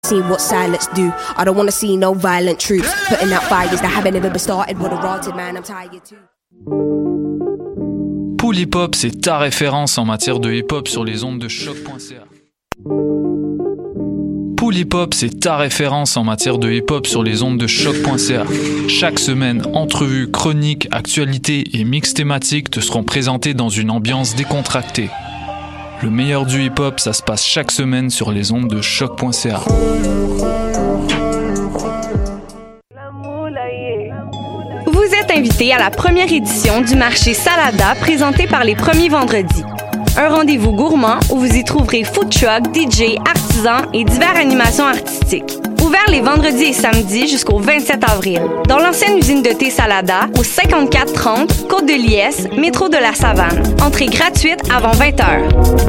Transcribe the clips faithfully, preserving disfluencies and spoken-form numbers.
seen what silence do. I don't wanna see no violent truth. Putting out fires that haven't ever been started with a rotted man, I'm tired too. Pool Hip Hop, c'est ta référence en matière de hip-hop sur les ondes de choc point c a. Pool Hip Hop, c'est ta référence en matière de hip-hop sur les ondes de choc point c a. Chaque semaine, entrevues, chroniques, actualités et mix thématiques te seront présentés dans une ambiance décontractée. Le meilleur du hip-hop, ça se passe chaque semaine sur les ondes de choc point c a. Vous êtes invité à la première édition du marché Salada présenté par les premiers vendredis. Un rendez-vous gourmand où vous y trouverez food truck, D J, artisans et diverses animations artistiques. Ouvert les vendredis et samedis jusqu'au vingt-sept avril. Dans l'ancienne usine de thé Salada, au cinquante-quatre trente, Côte de Liesse, métro de la Savane. Entrée gratuite avant vingt heures.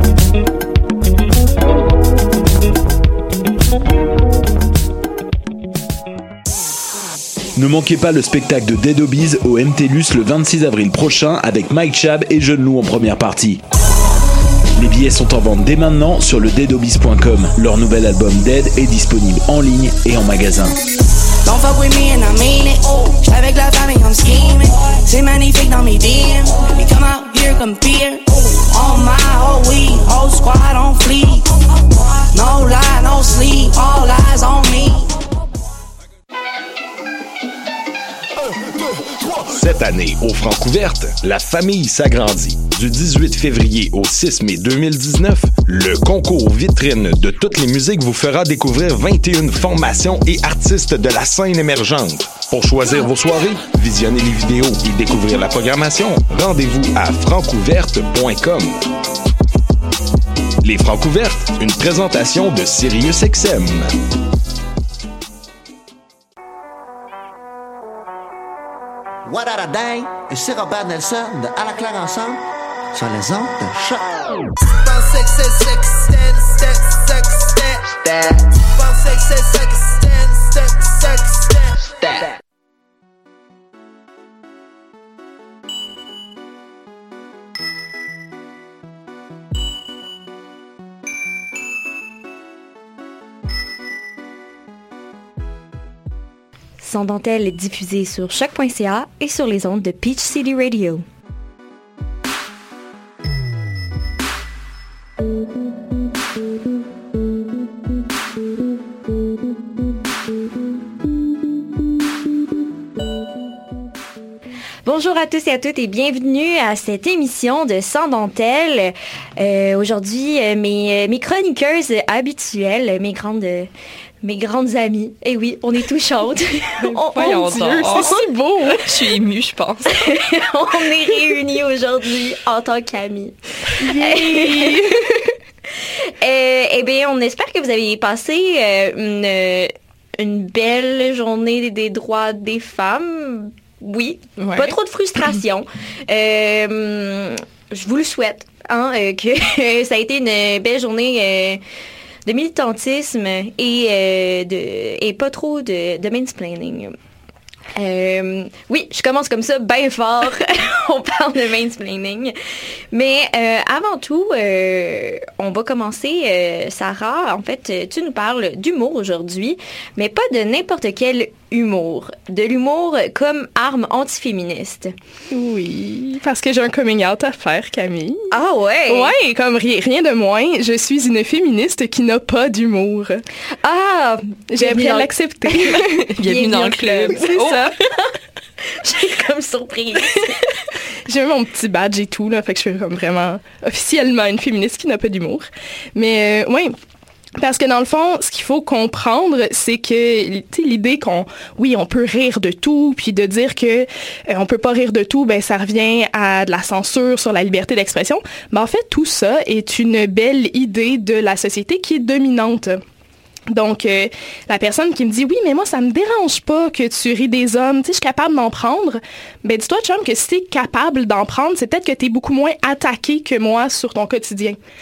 Ne manquez pas le spectacle de Dead Obies au M T L U S le vingt-six avril prochain avec Mike Chab et Jeune Loup en première partie. Les billets sont en vente dès maintenant sur le dead obies point com. Leur nouvel album Dead est disponible en ligne et en magasin. Don't fuck with me and I mean it. J'suis avec la famille, I'm scheming. C'est magnifique dans mes D M. We come out here, compete. On my whole week, whole squad on fleek. No lie, no sleep, all eyes on me. Cette année, au Francouverte, la famille s'agrandit. Du dix-huit février au six mai deux mille dix-neuf, le concours vitrine de toutes les musiques vous fera découvrir vingt et une formations et artistes de la scène émergente. Pour choisir vos soirées, visionner les vidéos et découvrir la programmation, rendez-vous à francouverte point com. Les Francouvertes, une présentation de Sirius X M. What a dang, ici Robert Nelson de À la claire ensemble sur les ondes de choc. Sans dentelle est diffusé sur choc point c a et sur les ondes de Peach City Radio. Bonjour à tous et à toutes et bienvenue à cette émission de Sans dentelle. Euh, aujourd'hui, mes, mes chroniqueuses habituelles, mes grandes... Mes grandes amies. Eh oui, on est tout chaudes. oh, oh Dieu, c'est si beau. Je suis émue, je pense. On est réunis aujourd'hui en tant qu'amis. Yeah. euh, eh bien, on espère que vous avez passé euh, une, une belle journée des droits des femmes. Oui, ouais. Pas trop de frustration. euh, je vous le souhaite, hein, euh, que ça a été une belle journée... Euh, de militantisme et, euh, de, et pas trop de, de mansplaining. Euh, oui, je commence comme ça, bien fort. On parle de mansplaining. Mais euh, avant tout, euh, on va commencer. Euh, Sarah, en fait, tu nous parles d'humour aujourd'hui, mais pas de n'importe quel humour. De l'humour comme arme antiféministe. Oui, parce que j'ai un coming out à faire, Camille. Ah ouais? Ouais, comme ri- rien de moins, je suis une féministe qui n'a pas d'humour. Ah! J'ai appris à l'accepter. Bienvenue dans le club. C'est oh. ça. J'ai comme surprise. J'ai mon petit badge et tout, là, fait que je suis comme vraiment officiellement une féministe qui n'a pas d'humour. Mais euh, oui, parce que dans le fond, ce qu'il faut comprendre, c'est que tu sais, l'idée qu'on, oui, on peut rire de tout, puis de dire que euh, on peut pas rire de tout, ben ça revient à de la censure sur la liberté d'expression. Mais en fait, tout ça est une belle idée de la société qui est dominante. Donc, euh, la personne qui me dit « Oui, mais moi, ça me dérange pas que tu ris des hommes. Tu sais, je suis capable d'en prendre. » Ben, dis-toi, chum, que si t'es capable d'en prendre, c'est peut-être que t'es beaucoup moins attaqué que moi sur ton quotidien.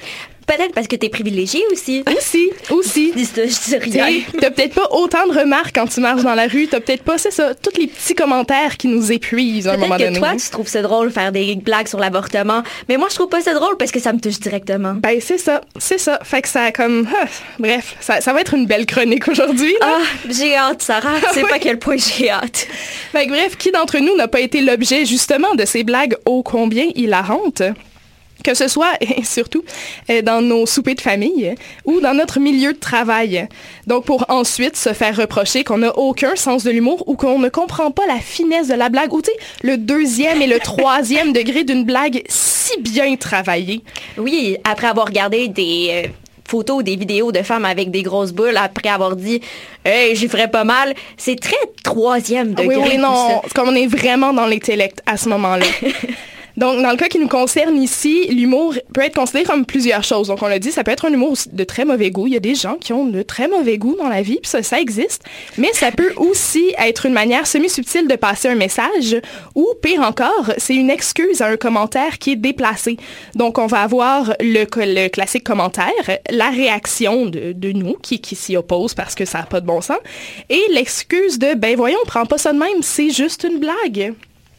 peut-être parce que t'es privilégié aussi. Aussi, aussi. Je dis rien. T'as peut-être pas autant de remarques quand tu marches dans la rue. T'as peut-être pas, c'est ça, tous les petits commentaires qui nous épuisent à un moment donné. Peut-être que toi, tu trouves ça drôle faire des blagues sur l'avortement, mais moi, je trouve pas ça drôle parce que ça me touche directement. Ben, c'est ça, c'est ça. Fait que ça, comme... Ah, bref, ça, ça va être une belle chronique aujourd'hui. Là. Ah, j'ai hâte, Sarah. Tu sais pas à quel point j'ai hâte. Fait que bref, qui d'entre nous n'a pas été l'objet, justement, de ces blagues ô combien hilarantes? Que ce soit, et surtout, dans nos soupers de famille ou dans notre milieu de travail. Donc, pour ensuite se faire reprocher qu'on n'a aucun sens de l'humour ou qu'on ne comprend pas la finesse de la blague ou, tu sais, le deuxième et le troisième degré d'une blague si bien travaillée. Oui, après avoir regardé des... Euh... photos ou des vidéos de femmes avec des grosses boules après avoir dit « Hey, j'y ferais pas mal », c'est très troisième degré. Oui, oui, non, comme on est vraiment dans l'intellect à ce moment-là. Donc, dans le cas qui nous concerne ici, l'humour peut être considéré comme plusieurs choses. Donc, on l'a dit, ça peut être un humour de très mauvais goût. Il y a des gens qui ont de très mauvais goût dans la vie, puis ça, ça existe. Mais ça peut aussi être une manière semi-subtile de passer un message, ou pire encore, c'est une excuse à un commentaire qui est déplacé. Donc, on va avoir le, le classique commentaire, la réaction de, de nous qui, qui s'y oppose parce que ça n'a pas de bon sens, et l'excuse de « Ben voyons, on prend pas ça de même, c'est juste une blague ».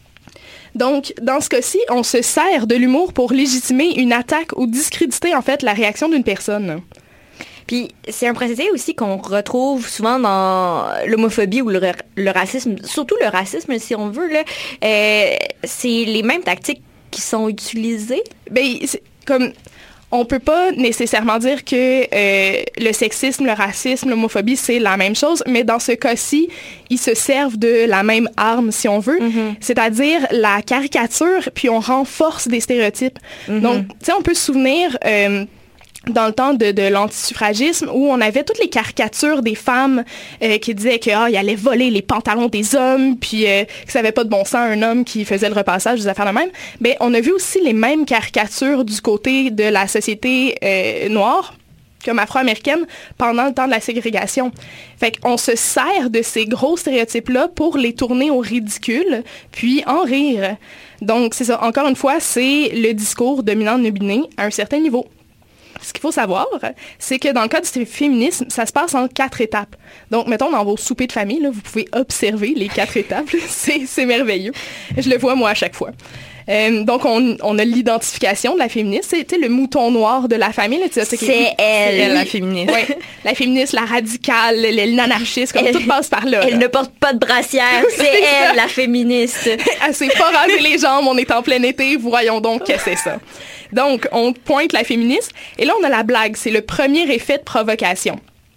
Donc, dans ce cas-ci, on se sert de l'humour pour légitimer une attaque ou discréditer, en fait, la réaction d'une personne. Puis, c'est un procédé aussi qu'on retrouve souvent dans l'homophobie ou le, le racisme, surtout le racisme, si on veut, là. Euh, c'est les mêmes tactiques qui sont utilisées. Bien, c'est comme... On peut pas nécessairement dire que euh, le sexisme, le racisme, l'homophobie, c'est la même chose, mais dans ce cas-ci, ils se servent de la même arme, si on veut, mm-hmm. c'est-à-dire la caricature, puis on renforce des stéréotypes. Mm-hmm. Donc, tu sais, on peut se souvenir... Euh, dans le temps de, de l'antisuffragisme, où on avait toutes les caricatures des femmes euh, qui disaient qu'il ah, allait voler les pantalons des hommes, puis euh, que ça n'avait pas de bon sens un homme qui faisait le repassage des affaires de même. Bien, on a vu aussi les mêmes caricatures du côté de la société euh, noire, comme afro-américaine, pendant le temps de la ségrégation. Fait qu'on se sert de ces gros stéréotypes-là pour les tourner au ridicule, puis en rire. Donc, c'est ça. Encore une fois, c'est le discours dominant-nobiné à un certain niveau. Ce qu'il faut savoir, c'est que dans le cas du féminisme, ça se passe en quatre étapes. Donc, mettons, dans vos soupers de famille, là, vous pouvez observer les quatre étapes. C'est, c'est merveilleux. Je le vois, moi, à chaque fois. Euh, donc, on, on a l'identification de la féministe. C'est le mouton noir de la famille. Là, c'est elle. C'est elle, la féministe. Oui, la féministe, la radicale, l'anarchiste, comme elle, tout passe par là. Elle là. ne porte pas de brassière. C'est elle, la féministe. Elle s'est pas rasé les jambes. On est en plein été. Voyons donc qu'est-ce que c'est ça. Donc, on pointe la féministe. Et là, on a la blague. C'est le premier effet de provocation.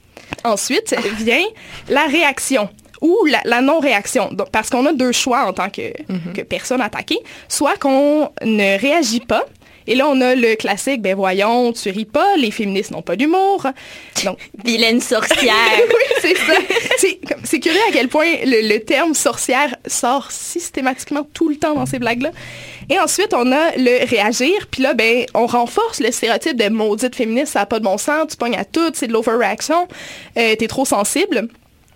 Ensuite vient la réaction ou la, la non-réaction. Donc, parce qu'on a deux choix en tant que, mm-hmm. que personne attaquée. Soit qu'on ne réagit pas. Et là, on a le classique, ben voyons, tu ris pas, les féministes n'ont pas d'humour. Donc, vilaine sorcière. Oui, c'est ça. C'est, c'est curieux à quel point le, le terme sorcière sort systématiquement tout le temps dans ces blagues-là. Et ensuite, on a le réagir. Puis là, ben, on renforce le stéréotype de maudite féministe, ça n'a pas de bon sens, tu pognes à tout, c'est de l'overreaction, euh, t'es trop sensible.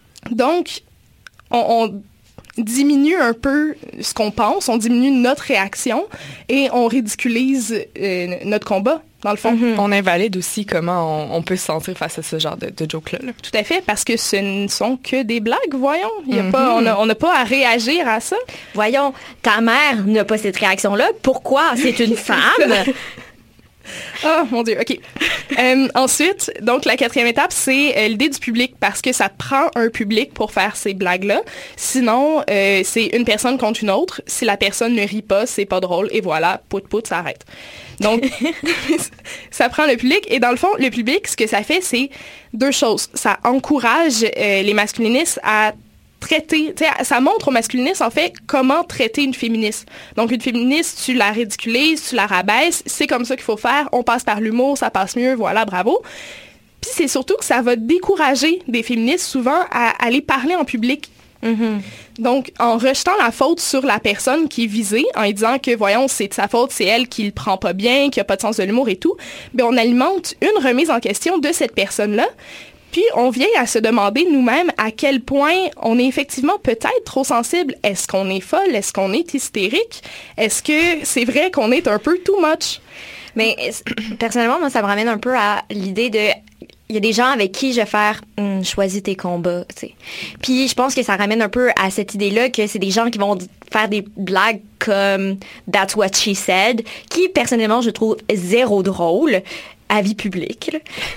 Donc, on... on diminue un peu ce qu'on pense, on diminue notre réaction et on ridiculise euh, notre combat, dans le fond. Mm-hmm. On invalide aussi comment on, on peut se sentir face à ce genre de, de joke-là. Là. Tout à fait, parce que ce ne sont que des blagues, voyons. Il y a mm-hmm. pas, on n'a on a pas à réagir à ça. Voyons, ta mère n'a pas cette réaction-là. Pourquoi? C'est une femme. Oh, mon Dieu, OK. Euh, ensuite, donc, la quatrième étape, c'est euh, l'idée du public, parce que ça prend un public pour faire ces blagues-là. Sinon, euh, c'est une personne contre une autre. Si la personne ne rit pas, c'est pas drôle. Et voilà, pout-pout, ça arrête. Donc, ça prend le public. Et dans le fond, le public, ce que ça fait, c'est deux choses. Ça encourage euh, les masculinistes à traiter, ça montre aux masculinistes, en fait, comment traiter une féministe. Donc, une féministe, tu la ridiculises, tu la rabaisses, c'est comme ça qu'il faut faire, on passe par l'humour, ça passe mieux, voilà, bravo. Puis c'est surtout que ça va décourager des féministes, souvent, à aller parler en public. Mm-hmm. Donc, en rejetant la faute sur la personne qui est visée, en lui disant que, voyons, c'est de sa faute, c'est elle qui le prend pas bien, qui a pas de sens de l'humour et tout, bien, on alimente une remise en question de cette personne-là. Puis, on vient à se demander nous-mêmes à quel point on est effectivement peut-être trop sensible. Est-ce qu'on est folle? Est-ce qu'on est hystérique? Est-ce que c'est vrai qu'on est un peu too much? Mais personnellement, moi, ça me ramène un peu à l'idée de... Il y a des gens avec qui je vais faire hm, « choisis tes combats », tu sais. Puis je pense que ça ramène un peu à cette idée-là que c'est des gens qui vont faire des blagues comme « That's what she said », qui, personnellement, je trouve zéro drôle. Avis public.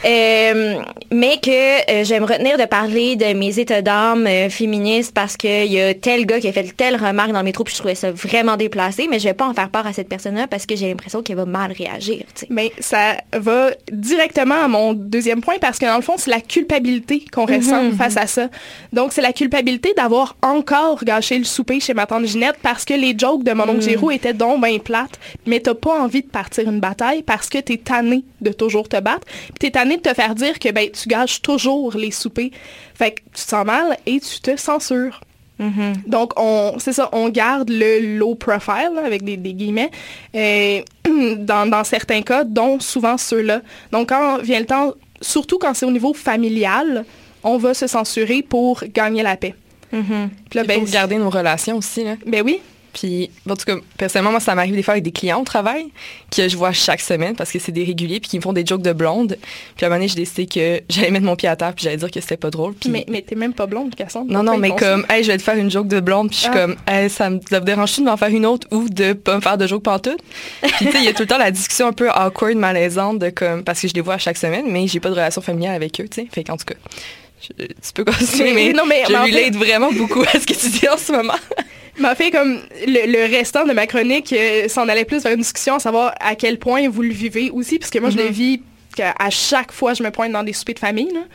Euh, mais que euh, je vais me retenir de parler de mes états d'âme euh, féministes parce qu'il y a tel gars qui a fait telle remarque dans le métro puis je trouvais ça vraiment déplacé, mais je vais pas en faire part à cette personne-là parce que j'ai l'impression qu'elle va mal réagir. T'sais. Mais ça va directement à mon deuxième point parce que dans le fond, c'est la culpabilité qu'on ressent mm-hmm. face à ça. Donc, c'est la culpabilité d'avoir encore gâché le souper chez ma tante Ginette parce que les jokes de mon oncle mm. Giroux étaient donc bien plates, mais t'as pas envie de partir une bataille parce que t'es tanné de toujours te battre. Puis t'es tanné de te faire dire que ben tu gâches toujours les soupers. Fait que tu te sens mal et tu te censures. Mm-hmm. Donc, on, c'est ça, on garde le low profile, là, avec des, des guillemets, euh, dans, dans certains cas, dont souvent ceux-là. Donc, quand vient le temps, surtout quand c'est au niveau familial, on va se censurer pour gagner la paix. Mm-hmm. Puis là, ben, pour garder nos relations aussi. Là. Ben oui. Puis, en tout cas, personnellement, moi, ça m'arrive des fois avec des clients au travail que je vois chaque semaine parce que c'est des réguliers puis qui me font des jokes de blonde. Puis à un moment donné, j'ai décidé que j'allais mettre mon pied à terre puis j'allais dire que c'était pas drôle. Puis... Mais, mais t'es même pas blonde, Cassandre. Non, non, mais comme, hey, je vais te faire une joke de blonde puis je suis ah. comme, hey, ça me, ça me dérange-tu de m'en faire une autre ou de pas me faire de joke pantoute? Puis, tu sais, il y a tout le temps la discussion un peu awkward, malaisante de comme, parce que je les vois à chaque semaine, mais j'ai pas de relation familiale avec eux, tu sais. Fait qu'en tout cas, je, tu peux continuer, mais, non, mais je lui l'aide fait... vraiment beaucoup à ce que tu dis en ce moment. m'a fait comme le, le restant de ma chronique euh, s'en allait plus vers une discussion à savoir à quel point vous le vivez aussi, parce que moi, mm-hmm. je le vis à chaque fois je me pointe dans des soupers de famille, là.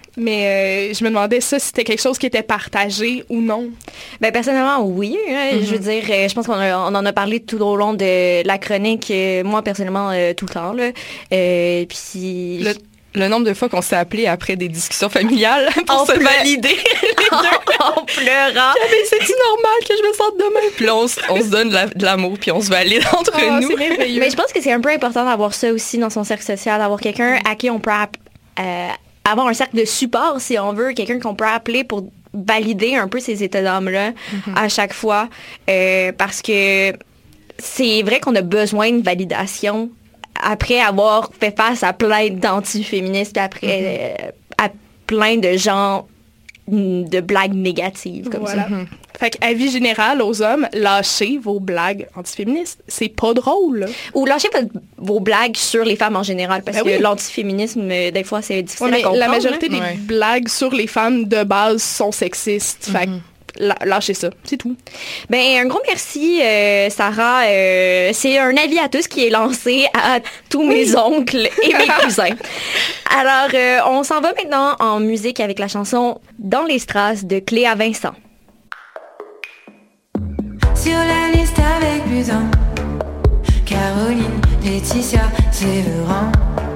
Mais euh, je me demandais ça, si c'était quelque chose qui était partagé ou non. Ben personnellement, oui. Hein, mm-hmm. Je veux dire, euh, je pense qu'on a, on en a parlé tout au long de la chronique, euh, moi, personnellement, euh, tout le temps. Là. Euh, puis... Le... Le nombre de fois qu'on s'est appelé après des discussions familiales pour en se pleu- valider les deux. En pleurant. Mais c'est-tu normal que je me sente de même? Puis là, on, on se donne de, la, de l'amour, puis on se valide entre oh, nous. Mais je pense que c'est un peu important d'avoir ça aussi dans son cercle social, d'avoir quelqu'un à qui on peut euh, avoir un cercle de support, si on veut, quelqu'un qu'on peut appeler pour valider un peu ces états d'âme-là mm-hmm. à chaque fois. Euh, parce que c'est vrai qu'on a besoin de validation après avoir fait face à plein d'antiféministes, puis après mm-hmm. euh, à plein de gens de blagues négatives comme voilà. ça. Mm-hmm. Fait qu'avis général aux hommes, lâchez vos blagues antiféministes. C'est pas drôle. Ou lâchez vos blagues sur les femmes en général, parce ben que oui. l'antiféminisme, des fois, c'est difficile ouais, à comprendre. La majorité hein? des ouais. blagues sur les femmes de base sont sexistes. Mm-hmm. Fait lâchez ça, c'est tout. Ben un gros merci, euh, Sarah. Euh, c'est un avis à tous qui est lancé à tous mes oui. oncles et mes cousins. Alors, euh, on s'en va maintenant en musique avec la chanson « Dans les strass » de Cléa Vincent. Sur la liste avec Buzyn, Caroline, Laetitia, Séverin.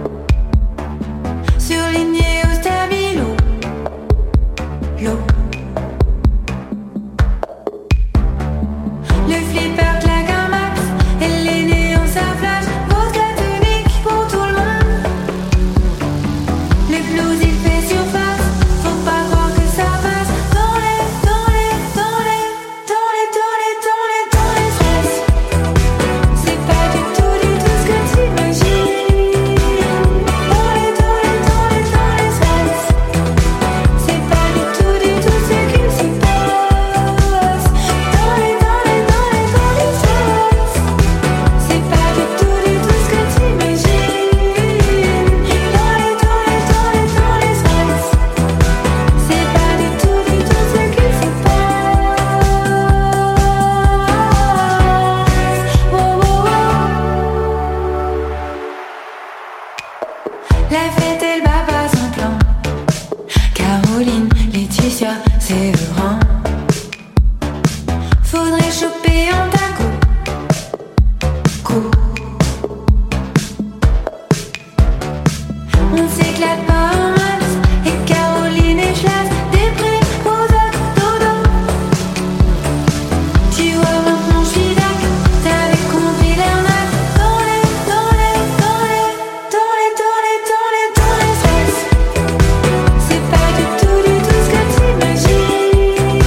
Surligné au stabilo, l'eau. Le flipper claque un max, et les néons ça flash, pose la tunique pour tout le monde. Le blues il fait surface, faut pas croire que ça passe. Dans les, dans les, dans les, dans les, dans les, dans les, dans les stress. C'est pas du tout, du tout ce que t'imagines. Dans les, dans les, dans les, dans les stress. C'est pas du tout, du tout ce qu'il s'y passe. Dans les, dans les, dans les, dans les stress. C'est pas du tout, du tout ce que t'imagines. Dans les, dans les, dans les, dans les stress. C'est pas du tout, du tout ce qu'il s'y passe. Oh, oh, oh. La fête elle bat pas son plan. Caroline, Laetitia, Séverin. Faudrait choper un taco. Coup. On s'éclate pas un max. Et Caroline est chlasse. Des prés, Prozac, dodo. Tu vois maintenant j'suis d'accord. T'avais compris l'arnaque. Dans les, dans les, dans les, dans les, dans les, dans les, dans les stress. C'est pas du tout, du tout ce que t'imagines.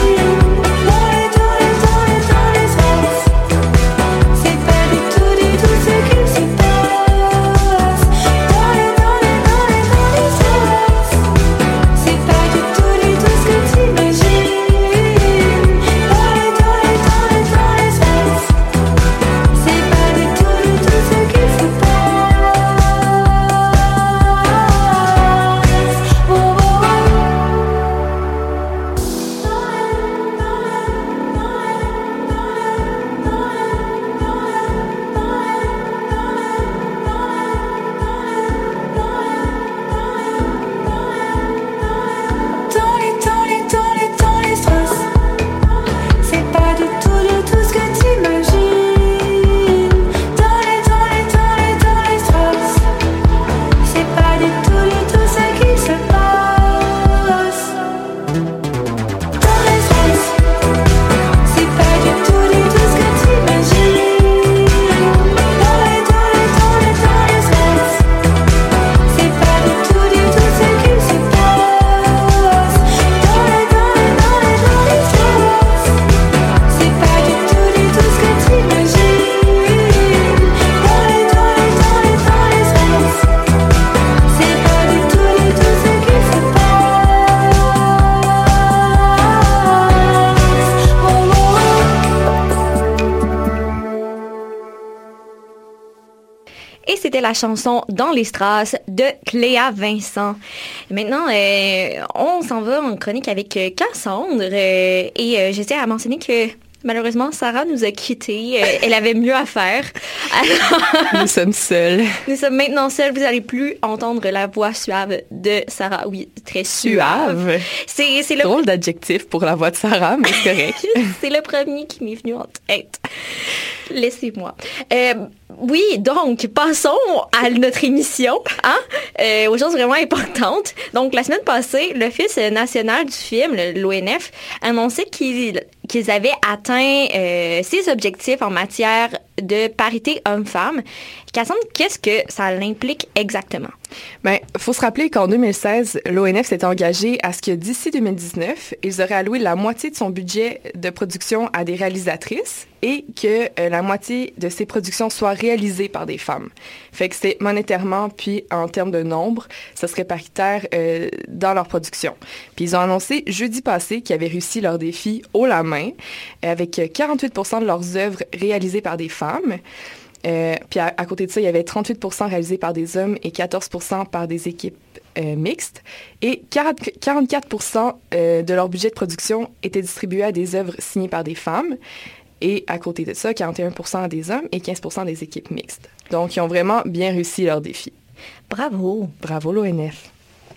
c'était la chanson Dans les Strass de Cléa Vincent. Et maintenant, euh, on s'en va en chronique avec euh, Cassandre. Euh, et euh, je tiens à mentionner que malheureusement, Sarah nous a quittés. Euh, elle avait mieux à faire. Alors, nous sommes seuls. Nous sommes maintenant seuls. Vous n'allez plus entendre la voix suave de Sarah. Oui, très suave. Suave. C'est, c'est le... drôle d'adjectif pour la voix de Sarah, mais c'est correct. C'est le premier qui m'est venu en tête. Laissez-moi. Euh, oui, donc, passons à notre émission, hein, euh, aux choses vraiment importantes. Donc, la semaine passée, l'Office national du film, l'O N F, annonçait qu'ils, qu'ils avaient atteint euh, ses objectifs en matière de parité homme-femme. Cassandre, qu'est-ce que ça implique exactement? Bien, il faut se rappeler qu'en deux mille seize, l'O N F s'était engagé à ce que d'ici deux mille dix-neuf, ils auraient alloué la moitié de son budget de production à des réalisatrices et que euh, la moitié de ces productions soient réalisées par des femmes. Fait que c'est monétairement, puis en termes de nombre, ça serait paritaire euh, dans leur production. Puis ils ont annoncé jeudi passé qu'ils avaient réussi leur défi haut la main, avec quarante-huit pour cent de leurs œuvres réalisées par des femmes. Euh, puis à, à côté de ça, il y avait trente-huit pour cent réalisés par des hommes et quatorze pour cent par des équipes euh, mixtes. Et quarante, quarante-quatre pour cent euh, de leur budget de production était distribué à des œuvres signées par des femmes. Et à côté de ça, quarante et un pour cent à des hommes et quinze pour cent des équipes mixtes. Donc, ils ont vraiment bien réussi leur défi. Bravo. Bravo, l'O N F.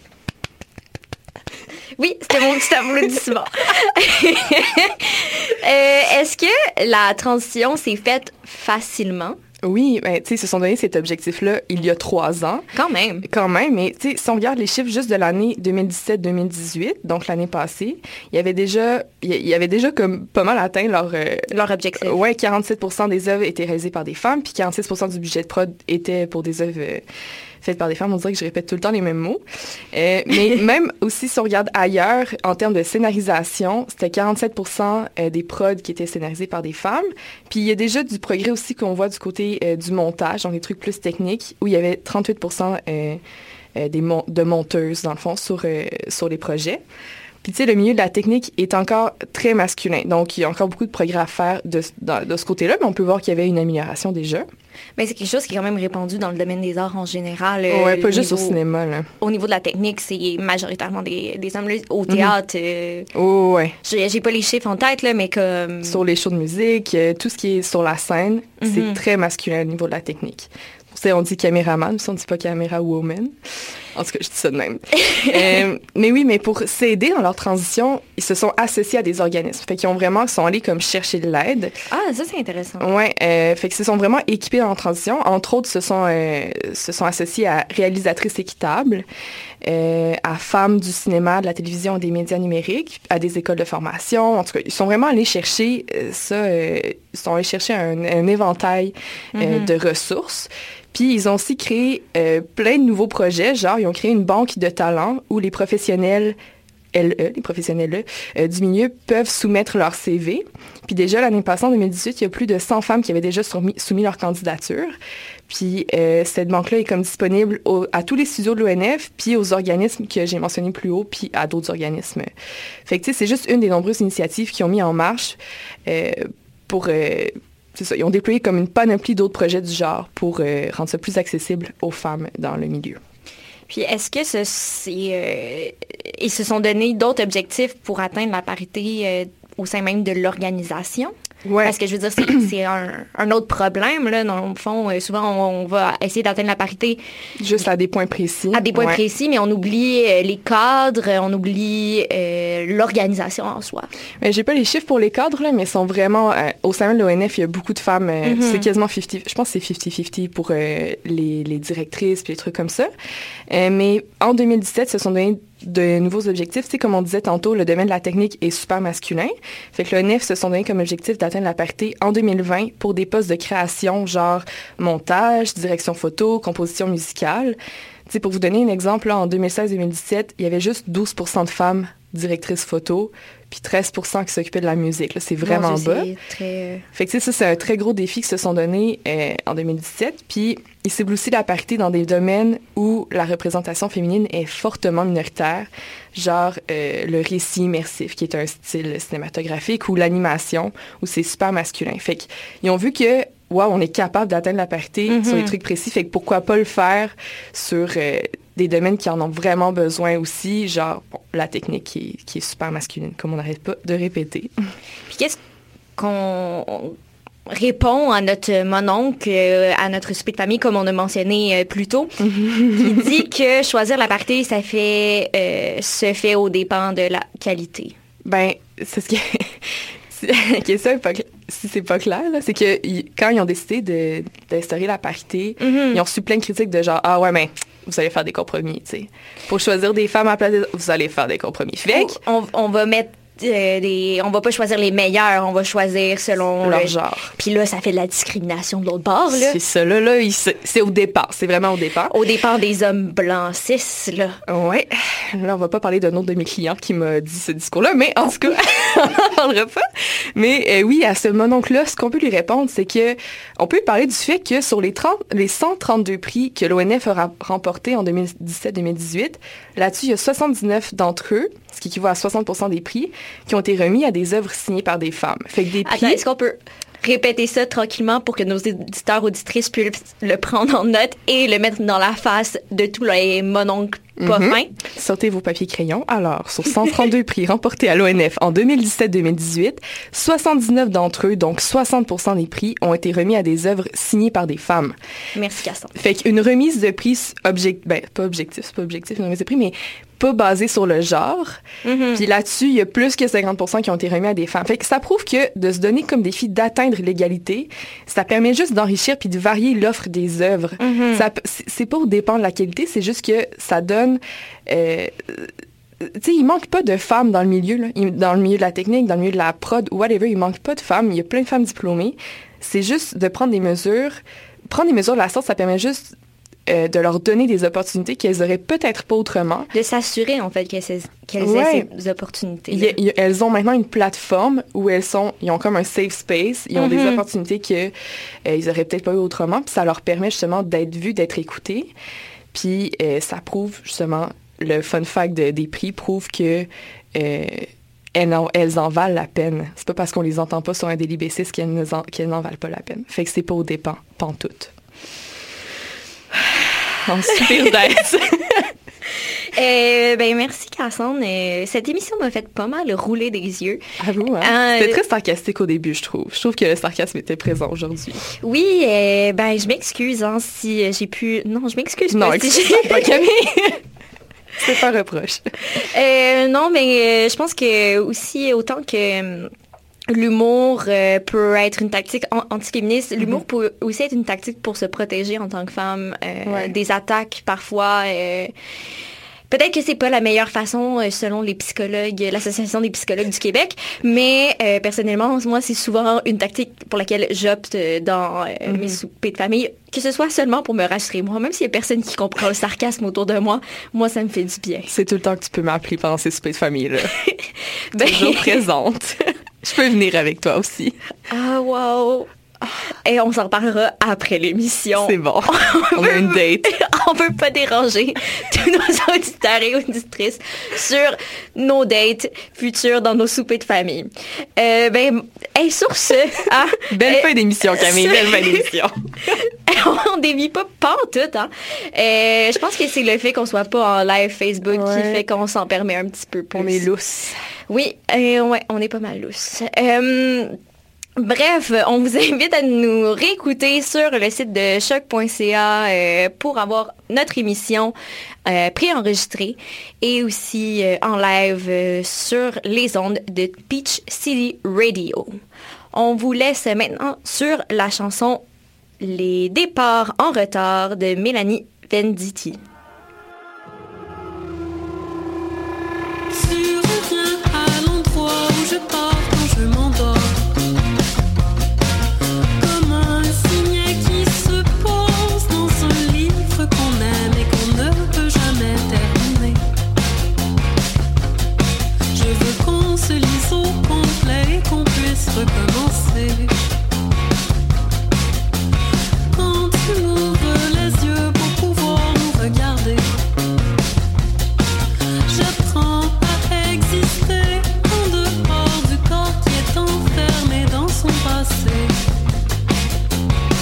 Oui, c'était mon petit applaudissement. euh, est-ce que la transition s'est faite facilement? Oui, ben, tu sais, ils se sont donné cet objectif-là il y a trois ans. Quand même. Quand même, mais tu sais, si on regarde les chiffres juste de l'année deux mille dix-sept deux mille dix-huit, donc l'année passée, il y avait déjà, il y avait déjà comme pas mal atteint leur... Euh, leur objectif. Ouais, quarante-sept pour cent des œuvres étaient réalisées par des femmes, puis quarante-six pour cent du budget de prod était pour des œuvres... Euh, faites par des femmes, on dirait que je répète tout le temps les mêmes mots. Euh, mais même aussi, si on regarde ailleurs, en termes de scénarisation, c'était quarante-sept pour cent des prods qui étaient scénarisés par des femmes. Puis il y a déjà du progrès aussi qu'on voit du côté euh, du montage, donc des trucs plus techniques, où il y avait trente-huit pour cent euh, euh, des mon- de monteuses, dans le fond, sur, euh, sur les projets. Puis, tu sais, le milieu de la technique est encore très masculin. Donc, il y a encore beaucoup de progrès à faire de, de, de ce côté-là, mais on peut voir qu'il y avait une amélioration déjà. Mais c'est quelque chose qui est quand même répandu dans le domaine des arts en général. Oui, pas juste niveau, au cinéma, là. Au niveau de la technique, c'est majoritairement des, des hommes. Au théâtre, mm-hmm. euh, oh, ouais. J'ai, j'ai pas les chiffres en tête, là, mais comme... Sur les shows de musique, euh, tout ce qui est sur la scène, mm-hmm. c'est très masculin au niveau de la technique. On dit caméraman, on ne dit pas caméra woman. En tout cas, je dis ça de même. euh, mais oui, mais pour s'aider dans leur transition, ils se sont associés à des organismes. Fait qu'ils ont vraiment, ils sont allés comme chercher de l'aide. Ah, ça, c'est intéressant. Ouais, euh, fait qu'ils se sont vraiment équipés dans leur transition. Entre autres, se sont, euh, se sont associés à Réalisatrices équitables, euh, à Femmes du cinéma, de la télévision et des médias numériques, à des écoles de formation. En tout cas, ils sont vraiment allés chercher euh, ça, euh, ils sont allés chercher un, un éventail euh, mm-hmm. de ressources. Puis, ils ont aussi créé euh, plein de nouveaux projets, genre, ils ont créé une banque de talents où les professionnels, L E, les professionnels euh, du milieu peuvent soumettre leur C V. Puis déjà, l'année passée, en deux mille dix-huit, il y a plus de cent femmes qui avaient déjà soumis, soumis leur candidature. Puis, euh, cette banque-là est comme disponible au, à tous les studios de l'O N F, puis aux organismes que j'ai mentionnés plus haut, puis à d'autres organismes. Fait que, tu sais, c'est juste une des nombreuses initiatives qu'ils ont mis en marche euh, pour... Euh, C'est ça, ils ont déployé comme une panoplie d'autres projets du genre pour euh, rendre ça plus accessible aux femmes dans le milieu. Puis est-ce que ce, c'est, euh, ils se sont donné d'autres objectifs pour atteindre la parité euh, au sein même de l'organisation? Ouais. Parce que je veux dire, c'est, c'est un, un autre problème, là. Dans le fond, euh, souvent, on, on va essayer d'atteindre la parité. Juste à des points précis. À des points ouais. précis, mais on oublie euh, les cadres, on oublie euh, l'organisation en soi. Mais j'ai pas les chiffres pour les cadres, là, mais ils sont vraiment... Euh, au sein de l'O N F, il y a beaucoup de femmes. Euh, mm-hmm. C'est quasiment cinquante... Je pense que c'est cinquante cinquante pour euh, les, les directrices puis les trucs comme ça. Euh, mais en deux mille dix-sept, se sont donnés de nouveaux objectifs. Tu sais, comme on disait tantôt, le domaine de la technique est super masculin. Fait que l'O N F se sont donné comme objectif d'atteindre la parité en deux mille vingt pour des postes de création, genre montage, direction photo, composition musicale. Tu sais, pour vous donner un exemple, là, en deux mille seize deux mille dix-sept, il y avait juste douze pour cent de femmes directrices photo, puis treize pour cent qui s'occupaient de la musique. Là, c'est vraiment bon, bas. C'est très... Fait que tu sais, ça, c'est un très gros défi qu'ils se sont donnés euh, en deux mille dix-sept. Puis, ils ciblent aussi la parité dans des domaines où la représentation féminine est fortement minoritaire, genre euh, le récit immersif, qui est un style cinématographique, ou l'animation, où c'est super masculin. Fait qu'ils ont vu que wow, on est capable d'atteindre la parité mm-hmm. sur des trucs précis. Fait que pourquoi pas le faire sur euh, des domaines qui en ont vraiment besoin aussi, genre bon, la technique qui est, qui est super masculine, comme on n'arrête pas de répéter. Puis qu'est-ce qu'on répond à notre mononcle, euh, à notre souper de famille, comme on a mentionné euh, plus tôt, qui dit que choisir la parité, ça fait euh, se fait aux dépens de la qualité. Ben, c'est ce qui est... question est pas cl- si c'est pas clair, là, c'est que y, quand ils ont décidé de, d'instaurer la parité, mm-hmm. ils ont reçu plein de critiques de genre « Ah ouais, mais vous allez faire des compromis, tu sais. Pour choisir des femmes à la place des... vous allez faire des compromis. » Fait on, on va mettre Euh, des, on va pas choisir les meilleurs, on va choisir selon leur le genre. Puis là, ça fait de la discrimination de l'autre bord, là. C'est ça, là, là il, c'est au départ, c'est vraiment au départ. Au départ des hommes blancs cis, là. Ouais. Là, on va pas parler d'un autre de mes clients qui m'a dit ce discours-là, mais en tout cas, on n'en parlera pas. Mais euh, oui, à ce mononcle-là, ce qu'on peut lui répondre, c'est que on peut parler du fait que sur les, trente, les cent trente-deux prix que l'O N F a remportés en deux mille dix-sept deux mille dix-huit, là-dessus, il y a soixante-dix-neuf d'entre eux, ce qui équivaut à soixante pour cent des prix, qui ont été remis à des œuvres signées par des femmes. Fait que des prix... Attends, est-ce qu'on peut répéter ça tranquillement pour que nos éditeurs, auditrices puissent le prendre en note et le mettre dans la face de tous les mononcles pas mm-hmm. fins? Sortez vos papiers crayons. Alors, sur cent trente-deux prix remportés à l'O N F en deux mille dix-sept deux mille dix-huit, soixante-dix-neuf d'entre eux, donc soixante pour cent des prix, ont été remis à des œuvres signées par des femmes. Merci, Cassandre. Fait qu'une remise de prix objectif, ben, pas objectif, c'est pas objectif, une remise de prix, mais pas basée sur le genre. Mm-hmm. Puis là-dessus, il y a plus que cinquante pour cent qui ont été remis à des femmes. Fait que ça prouve que de se donner comme défi d'atteindre l'égalité, ça permet juste d'enrichir puis de varier l'offre des œuvres. Mm-hmm. Ça, c'est pas au dépend de la qualité, c'est juste que ça donne... Euh, tu sais, il manque pas de femmes dans le milieu, là. Dans le milieu de la technique, dans le milieu de la prod, whatever, il manque pas de femmes. Il y a plein de femmes diplômées. C'est juste de prendre des mesures. Prendre des mesures de la sorte, ça permet juste euh, de leur donner des opportunités qu'elles auraient peut-être pas autrement. De s'assurer, en fait, qu'elles, qu'elles ouais. aient ces opportunités. Il y a, il y a, elles ont maintenant une plateforme où elles sont, ils ont comme un safe space. Ils ont mm-hmm. des opportunités qu'ils euh, auraient peut-être pas eu autrement. Puis ça leur permet justement d'être vues, d'être écoutées. Puis euh, ça prouve justement... Le fun fact de, des prix prouve que euh, elles, en, elles en valent la peine. C'est pas parce qu'on les entend pas sur un Daily Basis qu'elles, ne, qu'elles n'en valent pas la peine. Fait que c'est pas au dépens, pantoute. En super d'être. Euh, ben merci Cassandre. Euh, cette émission m'a fait pas mal rouler des yeux. Ah vous, hein? Euh, C'était très sarcastique au début, je trouve. Je trouve que le sarcasme était présent aujourd'hui. Oui, euh, ben je m'excuse hein, si j'ai pu... Non, je m'excuse non, pas. Non, si j'ai... pas Camille. C'est pas un reproche. Euh, non, mais euh, je pense que aussi, autant que... Euh, l'humour euh, peut être une tactique an- antiféministe. L'humour mm-hmm. peut aussi être une tactique pour se protéger en tant que femme euh, ouais. des attaques parfois. Euh, peut-être que c'est pas la meilleure façon euh, selon les psychologues, l'Association des psychologues du Québec, mais euh, personnellement, moi, c'est souvent une tactique pour laquelle j'opte dans euh, mm-hmm. mes soupers de famille, que ce soit seulement pour me rassurer moi. Même s'il y a personne qui comprend le sarcasme autour de moi, moi, ça me fait du bien. C'est tout le temps que tu peux m'appeler pendant ces soupers de famille-là. ben... Toujours présente. Je peux venir avec toi aussi. Ah, wow! Et on s'en reparlera après l'émission. C'est bon. On, on a une date. On peut pas déranger tous nos auditeurs et auditrices sur nos dates futures dans nos soupers de famille. Euh, ben, hey, sur ce... Hein, belle fin d'émission, Camille. Belle fin d'émission. On dévie pas pantoute, hein. Euh, je pense que c'est le fait qu'on soit pas en live Facebook ouais. qui fait qu'on s'en permet un petit peu plus. On est lousse. Oui, euh, ouais, on est pas mal lousse. Euh, Bref, on vous invite à nous réécouter sur le site de choc point c a euh, pour avoir notre émission euh, préenregistrée et aussi euh, en live euh, sur les ondes de Peach City Radio. On vous laisse maintenant sur la chanson « Les départs en retard » de Mélanie Venditti. Tu reviens à l'endroit où je pars quand je m'endors. Recommencer. Quand tu ouvres les yeux pour pouvoir nous regarder, j'apprends à exister en dehors du corps qui est enfermé dans son passé.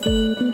Thank you.